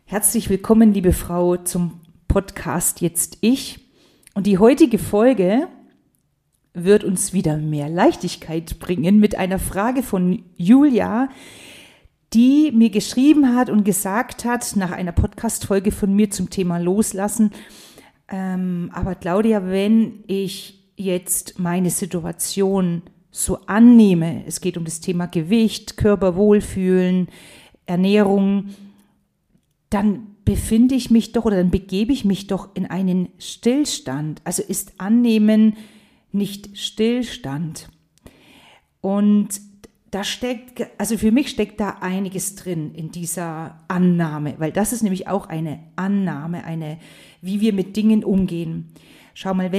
Herzlich willkommen, liebe Frau, zum Podcast Jetzt Ich. Und die heutige Folge wird uns wieder mehr Leichtigkeit bringen mit einer Frage von Julia, die mir geschrieben hat und gesagt hat, nach einer Podcast-Folge von mir zum Thema Loslassen, aber Claudia, wenn ich jetzt meine Situation so annehme, es geht um das Thema Gewicht, Körperwohlfühlen, Ernährung, dann befinde ich mich doch oder dann begebe ich mich doch in einen Stillstand. Also ist Annehmen nicht Stillstand. Und da steckt, also für mich steckt da einiges drin in dieser Annahme, weil das ist nämlich auch eine Annahme, wie wir mit Dingen umgehen. Schau mal,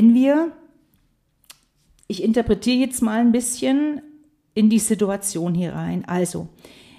ich interpretiere jetzt mal ein bisschen in die Situation hier rein. Also,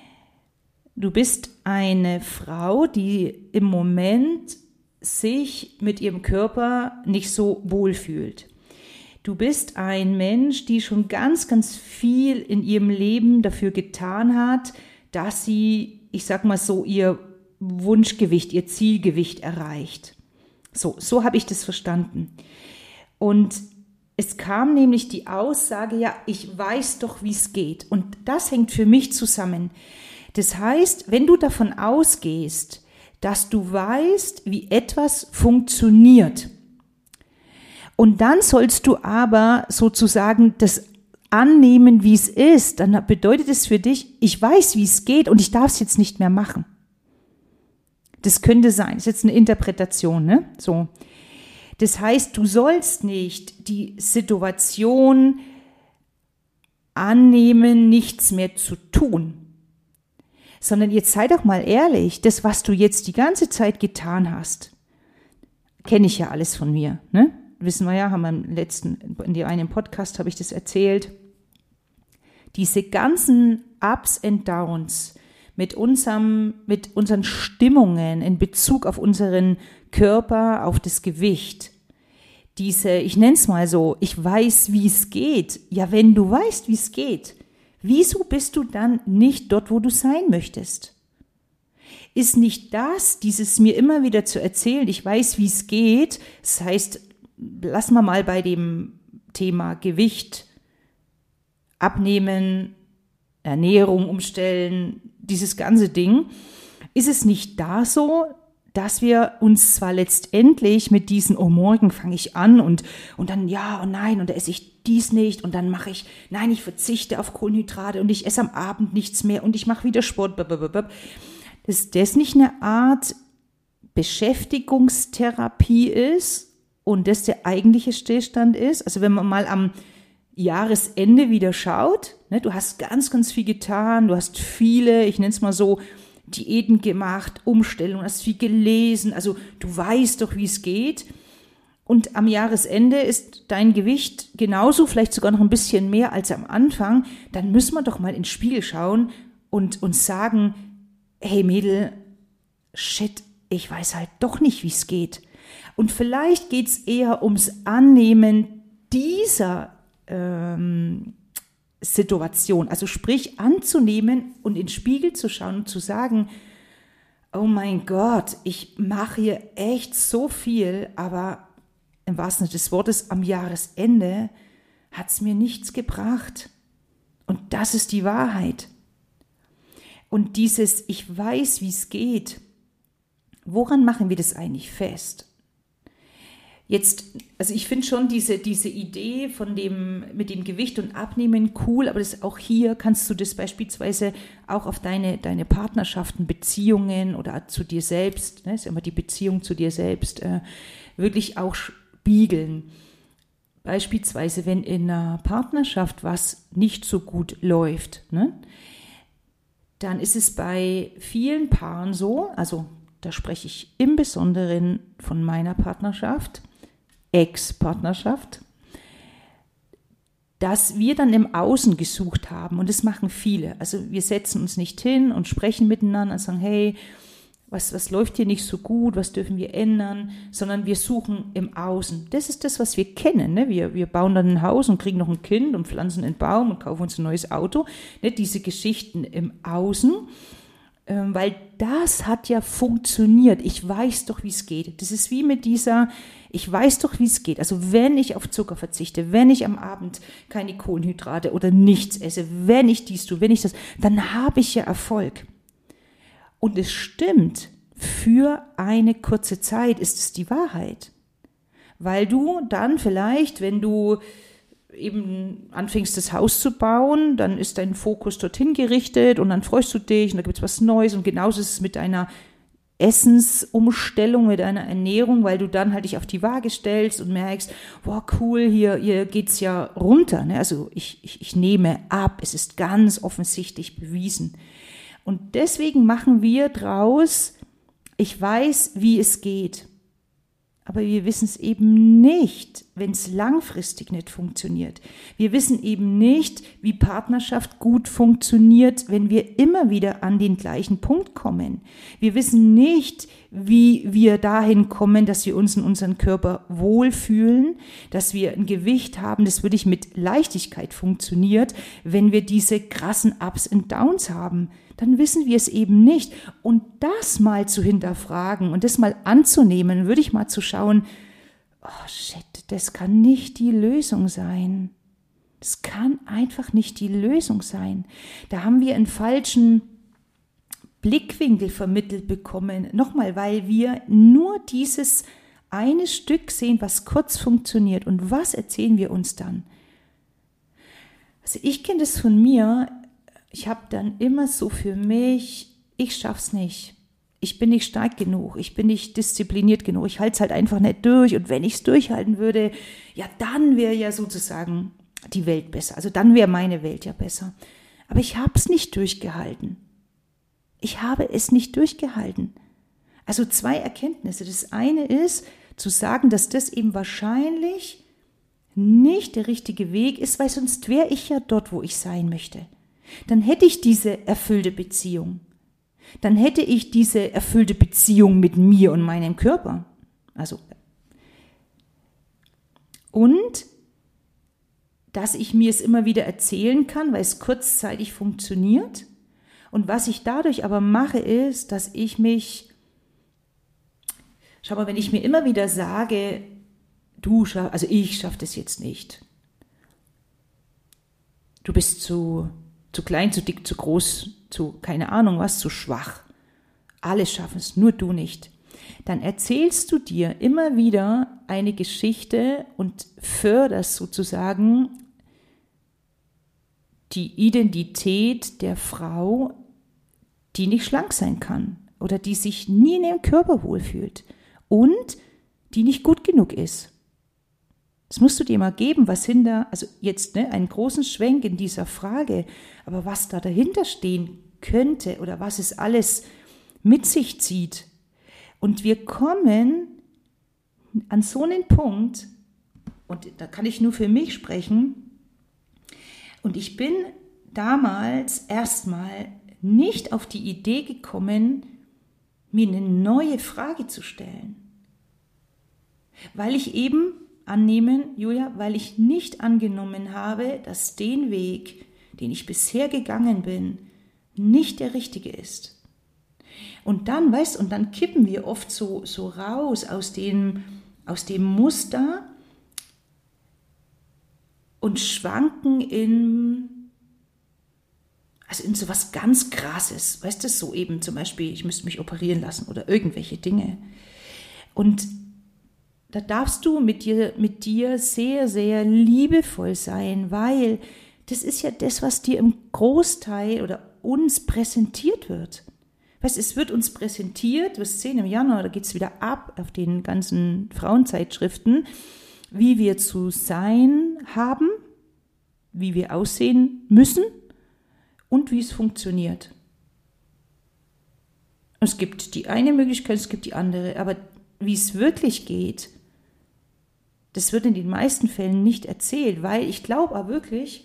du bist eine Frau, die im Moment sich mit ihrem Körper nicht so wohl fühlt. Du bist ein Mensch, die schon ganz, ganz viel in ihrem Leben dafür getan hat, dass sie, ich sag mal so, ihr Wunschgewicht, ihr Zielgewicht erreicht. So habe ich das verstanden. Und es kam nämlich die Aussage, ja, ich weiß doch, wie es geht. Und das hängt für mich zusammen. Das heißt, wenn du davon ausgehst, dass du weißt, wie etwas funktioniert, und dann sollst du aber sozusagen das annehmen, wie es ist, dann bedeutet es für dich, ich weiß, wie es geht und ich darf es jetzt nicht mehr machen. Das könnte sein, das ist jetzt eine Interpretation, ne? So. Das heißt, du sollst nicht die Situation annehmen, nichts mehr zu tun. Sondern jetzt sei doch mal ehrlich, das, was du jetzt die ganze Zeit getan hast, kenne ich ja alles von mir, ne? Wissen wir ja, haben wir in einem Podcast habe ich das erzählt. Diese ganzen Ups and Downs mit unseren Stimmungen in Bezug auf unseren Körper, auf das Gewicht. Ich nenne es mal so, ich weiß, wie es geht. Ja, wenn du weißt, wie es geht, wieso bist du dann nicht dort, wo du sein möchtest? Ist nicht dieses mir immer wieder zu erzählen, ich weiß, wie es geht, das heißt, lassen wir mal bei dem Thema Gewicht, Abnehmen, Ernährung umstellen, dieses ganze Ding, ist es nicht da so, dass wir uns zwar letztendlich mit diesen, oh, morgen fange ich an und dann ja und nein und da esse ich dies nicht und dann mache ich, nein, ich verzichte auf Kohlenhydrate und ich esse am Abend nichts mehr und ich mache wieder Sport, dass das nicht eine Art Beschäftigungstherapie ist und das der eigentliche Stillstand ist. Also wenn man mal am Jahresende wieder schaut, ne, du hast ganz, ganz viel getan, du hast viele, ich nenne es mal so, Diäten gemacht, Umstellungen, hast viel gelesen, also du weißt doch, wie es geht. Und am Jahresende ist dein Gewicht genauso, vielleicht sogar noch ein bisschen mehr als am Anfang. Dann müssen wir doch mal ins Spiegel schauen und uns sagen, hey Mädel, shit, ich weiß halt doch nicht, wie es geht. Und vielleicht geht es eher ums Annehmen dieser Situation, also sprich anzunehmen und in den Spiegel zu schauen und zu sagen, oh mein Gott, ich mache hier echt so viel, aber im wahrsten Sinne des Wortes am Jahresende hat es mir nichts gebracht. Und das ist die Wahrheit. Und dieses, ich weiß, wie es geht, woran machen wir das eigentlich fest? Jetzt, also ich finde schon diese Idee mit dem Gewicht und Abnehmen cool, aber auch hier kannst du das beispielsweise auch auf deine Partnerschaften, Beziehungen oder zu dir selbst, ne, ist immer die Beziehung zu dir selbst, wirklich auch spiegeln. Beispielsweise, wenn in einer Partnerschaft was nicht so gut läuft, ne, dann ist es bei vielen Paaren so, also da spreche ich im Besonderen von meiner Partnerschaft, Ex-Partnerschaft, dass wir dann im Außen gesucht haben und das machen viele. Also wir setzen uns nicht hin und sprechen miteinander und sagen, hey, was läuft hier nicht so gut, was dürfen wir ändern, sondern wir suchen im Außen. Das ist das, was wir kennen. Ne? Wir bauen dann ein Haus und kriegen noch ein Kind und pflanzen einen Baum und kaufen uns ein neues Auto. Ne? Diese Geschichten im Außen. weil das hat ja funktioniert. Ich weiß doch, wie es geht. Das ist wie mit dieser, ich weiß doch, wie es geht. Also wenn ich auf Zucker verzichte, wenn ich am Abend keine Kohlenhydrate oder nichts esse, wenn ich dies tue, wenn ich das, dann habe ich ja Erfolg. Und es stimmt, für eine kurze Zeit ist es die Wahrheit. Weil du dann vielleicht, wenn du eben anfängst, das Haus zu bauen, dann ist dein Fokus dorthin gerichtet und dann freust du dich und da gibt es was Neues und genauso ist es mit einer Essensumstellung, mit einer Ernährung, weil du dann halt dich auf die Waage stellst und merkst, wow, cool, hier geht's ja runter, ne? Also ich nehme ab, es ist ganz offensichtlich bewiesen. Und deswegen machen wir draus, ich weiß, wie es geht. Aber wir wissen es eben nicht, wenn es langfristig nicht funktioniert. Wir wissen eben nicht, wie Partnerschaft gut funktioniert, wenn wir immer wieder an den gleichen Punkt kommen. Wir wissen nicht, wie wir dahin kommen, dass wir uns in unserem Körper wohlfühlen, dass wir ein Gewicht haben, das wirklich mit Leichtigkeit funktioniert, wenn wir diese krassen Ups und Downs haben. Dann wissen wir es eben nicht. Und das mal zu hinterfragen und das mal anzunehmen, würde ich mal zu schauen, oh shit, das kann nicht die Lösung sein. Das kann einfach nicht die Lösung sein. Da haben wir einen falschen Blickwinkel vermittelt bekommen. Nochmal, weil wir nur dieses eine Stück sehen, was kurz funktioniert. Und was erzählen wir uns dann? Also ich kenne das von mir. Ich habe dann immer so für mich, ich schaff's nicht. Ich bin nicht stark genug, ich bin nicht diszipliniert genug, ich halte es halt einfach nicht durch. Und wenn ich es durchhalten würde, ja, dann wäre ja sozusagen die Welt besser. Also dann wäre meine Welt ja besser. Aber ich habe es nicht durchgehalten. Ich habe es nicht durchgehalten. Also 2 Erkenntnisse. Das eine ist, zu sagen, dass das eben wahrscheinlich nicht der richtige Weg ist, weil sonst wäre ich ja dort, wo ich sein möchte. Dann hätte ich diese erfüllte Beziehung. Dann hätte ich diese erfüllte Beziehung mit mir und meinem Körper. Und dass ich mir es immer wieder erzählen kann, weil es kurzzeitig funktioniert. Und was ich dadurch aber mache, ist, dass ich mich, schau mal, wenn ich mir immer wieder sage, ich schaffe das jetzt nicht. Du bist zu klein, zu dick, zu groß, zu keine Ahnung was, zu schwach. Alle schaffen es, nur du nicht. Dann erzählst du dir immer wieder eine Geschichte und förderst sozusagen die Identität der Frau, die nicht schlank sein kann oder die sich nie in ihrem Körper wohlfühlt und die nicht gut genug ist. Das musst du dir mal geben, was also jetzt einen großen Schwenk in dieser Frage, aber was da dahinter stehen könnte oder was es alles mit sich zieht. Und wir kommen an so einen Punkt, und da kann ich nur für mich sprechen, und ich bin damals erstmal nicht auf die Idee gekommen, mir eine neue Frage zu stellen. Weil ich eben weil ich nicht angenommen habe, dass den Weg, den ich bisher gegangen bin, nicht der richtige ist. Und dann, dann kippen wir oft so raus aus dem Muster und schwanken in so was ganz Krasses, weißt du, so eben zum Beispiel, ich müsste mich operieren lassen oder irgendwelche Dinge. Und da darfst du mit dir sehr, sehr liebevoll sein, weil das ist ja das, was dir im Großteil oder uns präsentiert wird. Weißt, es wird uns präsentiert, du wirst sehen, im Januar, da geht es wieder ab auf den ganzen Frauenzeitschriften, wie wir zu sein haben, wie wir aussehen müssen und wie es funktioniert. Es gibt die eine Möglichkeit, es gibt die andere, aber wie es wirklich geht, das wird in den meisten Fällen nicht erzählt, weil ich glaube wirklich,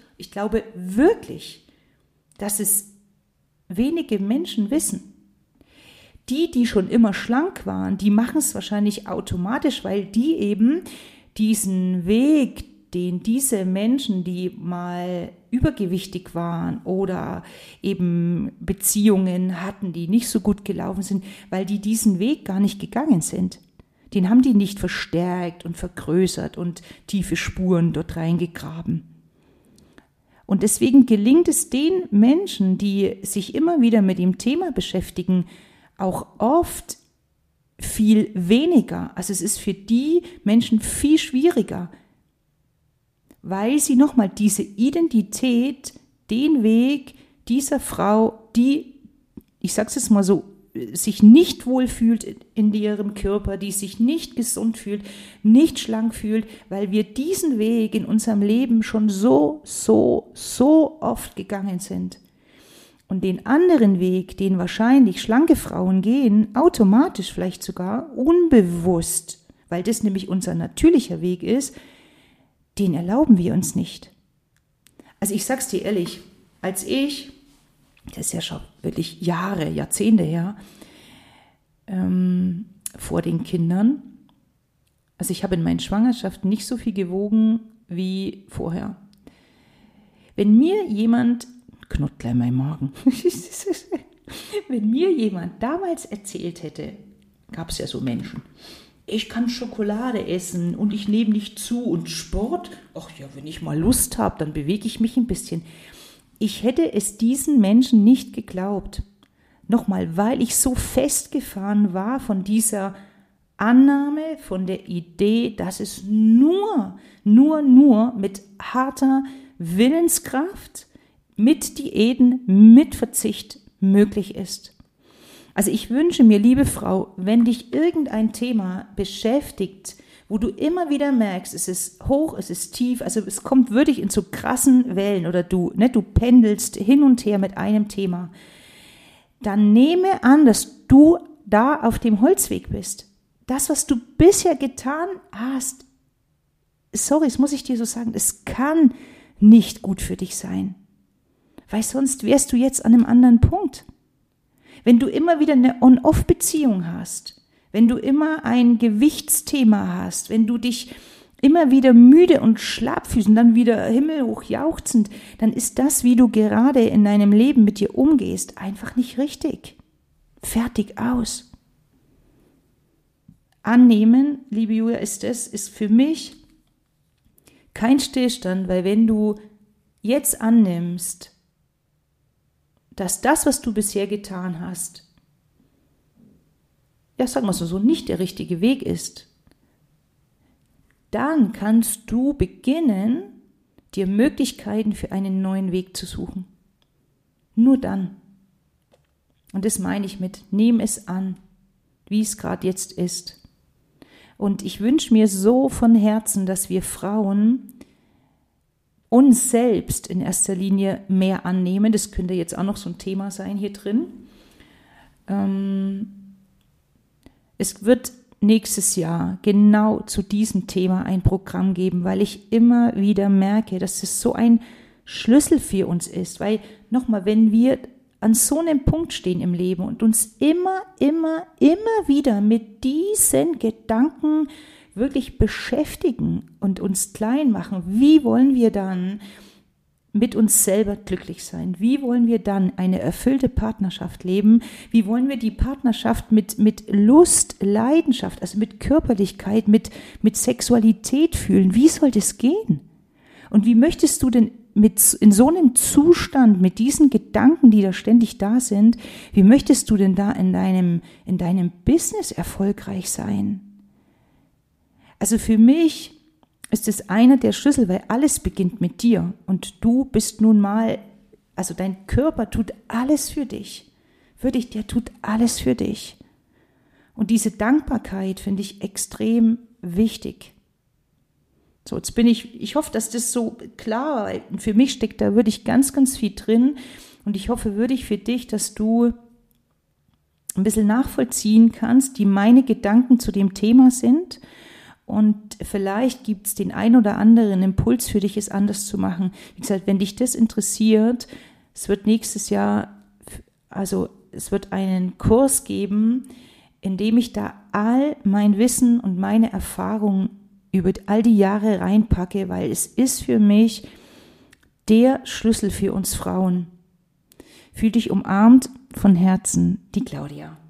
dass es wenige Menschen wissen. Die schon immer schlank waren, die machen es wahrscheinlich automatisch, weil die eben diesen Weg den diese Menschen, die mal übergewichtig waren oder eben Beziehungen hatten, die nicht so gut gelaufen sind, weil die diesen Weg gar nicht gegangen sind. Den haben die nicht verstärkt und vergrößert und tiefe Spuren dort reingegraben. Und deswegen gelingt es den Menschen, die sich immer wieder mit dem Thema beschäftigen, auch oft viel weniger. Also es ist für die Menschen viel schwieriger, weil sie nochmal diese Identität, den Weg dieser Frau, die, ich sage es jetzt mal so, sich nicht wohlfühlt in ihrem Körper, die sich nicht gesund fühlt, nicht schlank fühlt, weil wir diesen Weg in unserem Leben schon so oft gegangen sind. Und den anderen Weg, den wahrscheinlich schlanke Frauen gehen, automatisch vielleicht sogar, unbewusst, weil das nämlich unser natürlicher Weg ist, den erlauben wir uns nicht. Also ich sag's dir ehrlich, als ich, das ist ja schon wirklich Jahre, Jahrzehnte her, vor den Kindern, also ich habe in meinen Schwangerschaften nicht so viel gewogen wie vorher. Wenn mir jemand, knurrt gleich mein Magen, wenn mir jemand damals erzählt hätte, gab es ja so Menschen, ich kann Schokolade essen und ich nehme nicht zu und Sport, ach ja, wenn ich mal Lust habe, dann bewege ich mich ein bisschen. Ich hätte es diesen Menschen nicht geglaubt. Nochmal, weil ich so festgefahren war von dieser Annahme, von der Idee, dass es nur mit harter Willenskraft, mit Diäten, mit Verzicht möglich ist. Also ich wünsche mir, liebe Frau, wenn dich irgendein Thema beschäftigt, wo du immer wieder merkst, es ist hoch, es ist tief, also es kommt wirklich in so krassen Wellen oder du pendelst hin und her mit einem Thema, dann nehme an, dass du da auf dem Holzweg bist. Das, was du bisher getan hast, sorry, das muss ich dir so sagen, es kann nicht gut für dich sein, weil sonst wärst du jetzt an einem anderen Punkt. Wenn du immer wieder eine On-Off-Beziehung hast, wenn du immer ein Gewichtsthema hast, wenn du dich immer wieder müde und schlapp fühlst und dann wieder himmelhoch jauchzend, dann ist das, wie du gerade in deinem Leben mit dir umgehst, einfach nicht richtig. Fertig, aus. Annehmen, liebe Julia, ist für mich kein Stillstand, weil wenn du jetzt annimmst, dass das, was du bisher getan hast, ja, sagen wir so, nicht der richtige Weg ist, dann kannst du beginnen, dir Möglichkeiten für einen neuen Weg zu suchen. Nur dann. Und das meine ich mit, nimm es an, wie es gerade jetzt ist. Und ich wünsche mir so von Herzen, dass wir Frauen uns selbst in erster Linie mehr annehmen. Das könnte jetzt auch noch so ein Thema sein hier drin. Es wird nächstes Jahr genau zu diesem Thema ein Programm geben, weil ich immer wieder merke, dass es so ein Schlüssel für uns ist. Weil nochmal, wenn wir an so einem Punkt stehen im Leben und uns immer wieder mit diesen Gedanken wirklich beschäftigen und uns klein machen, wie wollen wir dann mit uns selber glücklich sein? Wie wollen wir dann eine erfüllte Partnerschaft leben? Wie wollen wir die Partnerschaft mit Lust, Leidenschaft, also mit Körperlichkeit, mit Sexualität fühlen? Wie soll das gehen? Und wie möchtest du denn in so einem Zustand, mit diesen Gedanken, die da ständig da sind, wie möchtest du denn da in deinem Business erfolgreich sein? Also für mich ist es einer der Schlüssel, weil alles beginnt mit dir und du bist nun mal, also dein Körper tut alles für dich. Der tut alles für dich. Und diese Dankbarkeit finde ich extrem wichtig. So, jetzt ich hoffe, dass das so klar war, weil für mich steckt da wirklich ganz viel drin und ich hoffe wirklich für dich, dass du ein bisschen nachvollziehen kannst, wie meine Gedanken zu dem Thema sind. Und vielleicht gibt es den ein oder anderen Impuls für dich, es anders zu machen. Wie gesagt, wenn dich das interessiert, es wird nächstes Jahr, also es wird einen Kurs geben, in dem ich da all mein Wissen und meine Erfahrungen über all die Jahre reinpacke, weil es ist für mich der Schlüssel für uns Frauen. Fühl dich umarmt von Herzen, die Claudia.